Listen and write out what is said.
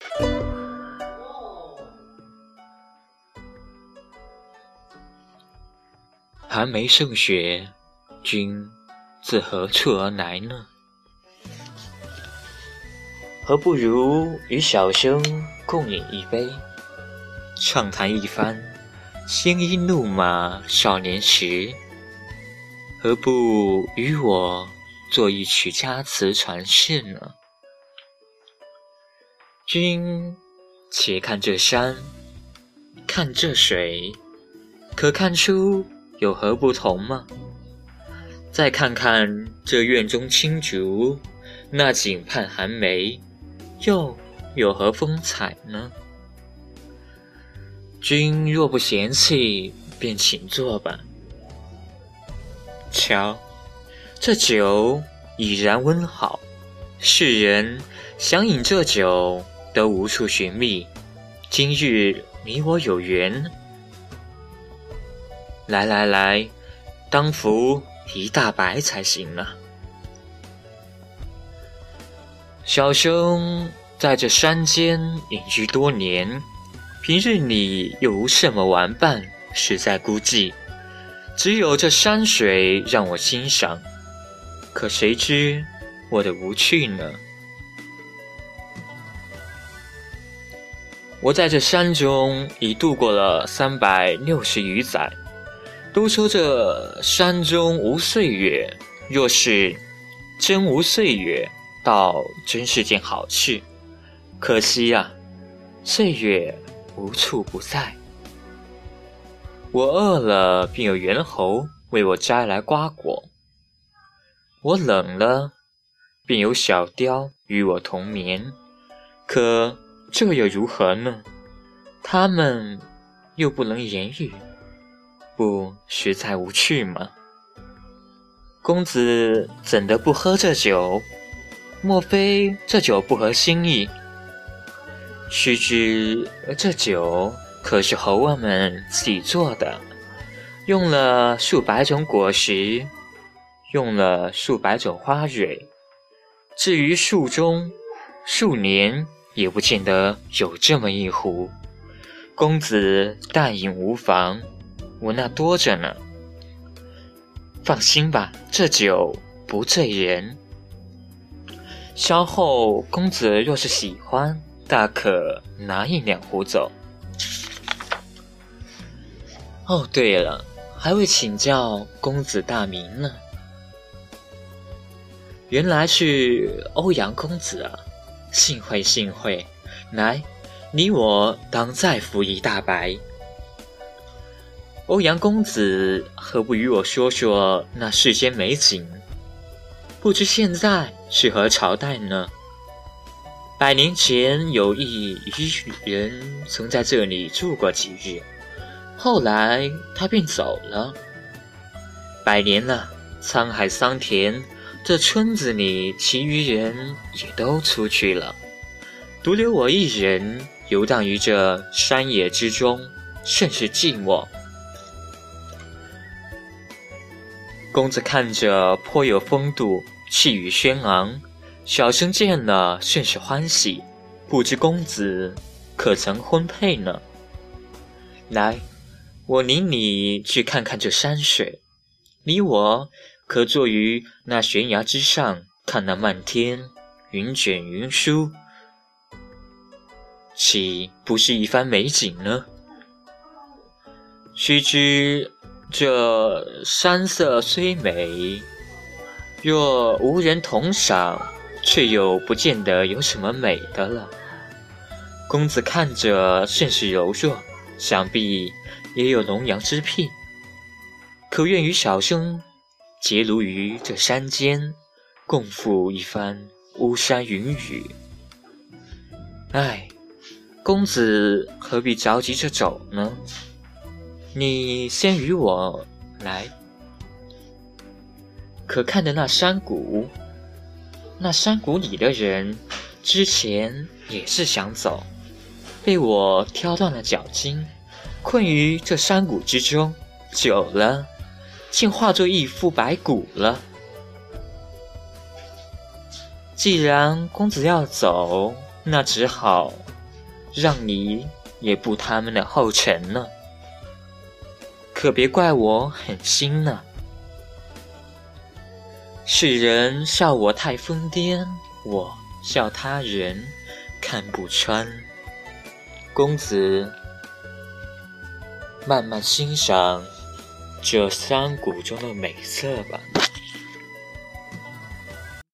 寒梅盛雪，君自何处而来呢？何不如与小生共饮一杯，畅谈一番鲜衣怒马少年时？何不与我做一曲佳词传世呢？君且看这山，看这水，可看出有何不同吗？再看看这院中青竹，那井畔寒梅，又有何风采呢？君若不嫌弃，便请坐吧。瞧，这酒已然温好，世人想饮这酒都无处寻觅，今日你我有缘。来来来，当服一大白才行啊！小生在这山间隐居多年，平日里又无什么玩伴，实在孤寂，只有这山水让我欣赏。可谁知我的无趣呢？我在这山中已度过了360余载，都说这山中无岁月，若是真无岁月，倒真是件好事。可惜啊，岁月无处不在。我饿了，便有猿猴为我摘来瓜果；我冷了，便有小雕与我同眠。可这又如何呢？他们又不能言语，不实在无趣吗？公子怎的不喝这酒？莫非这酒不合心意？须知这酒可是猴儿们自己做的，用了数百种果实，用了数百种花蕊，至于数中数年也不见得有这么一壶。公子淡饮无妨，我那多着呢。放心吧，这酒不醉人。稍后公子若是喜欢，大可拿1-2壶走。哦，对了，还未请教公子大名呢。原来是欧阳公子啊，幸会幸会。来，你我当再服一大白。欧阳公子何不与我说说那世间美景？不知现在是何朝代呢？100年前有一渔人曾在这里住过几日，后来他便走了。100年了，沧海桑田，这村子里其余人也都出去了，独留我一人游荡于这山野之中，甚是寂寞。公子看着颇有风度，气宇轩昂，小生见了甚是欢喜，不知公子可曾婚配呢？来，我领你去看看这山水，你我可坐于那悬崖之上，看那漫天云卷云舒，岂不是一番美景呢？须知这山色虽美，若无人同赏，却又不见得有什么美的了。公子看着甚是柔弱，想必也有龙阳之癖，可愿与小生结庐于这山间，共赴一番巫山云雨。唉，公子何必着急着走呢？你先与我来。可看的那山谷，那山谷里的人之前也是想走，被我挑断了脚筋，困于这山谷之中，久了竟化作一副白骨了。既然公子要走，那只好让你也步他们的后尘呢。可别怪我狠心呢。世人笑我太疯癫，我笑他人看不穿。公子慢慢欣赏这山谷中的美色吧。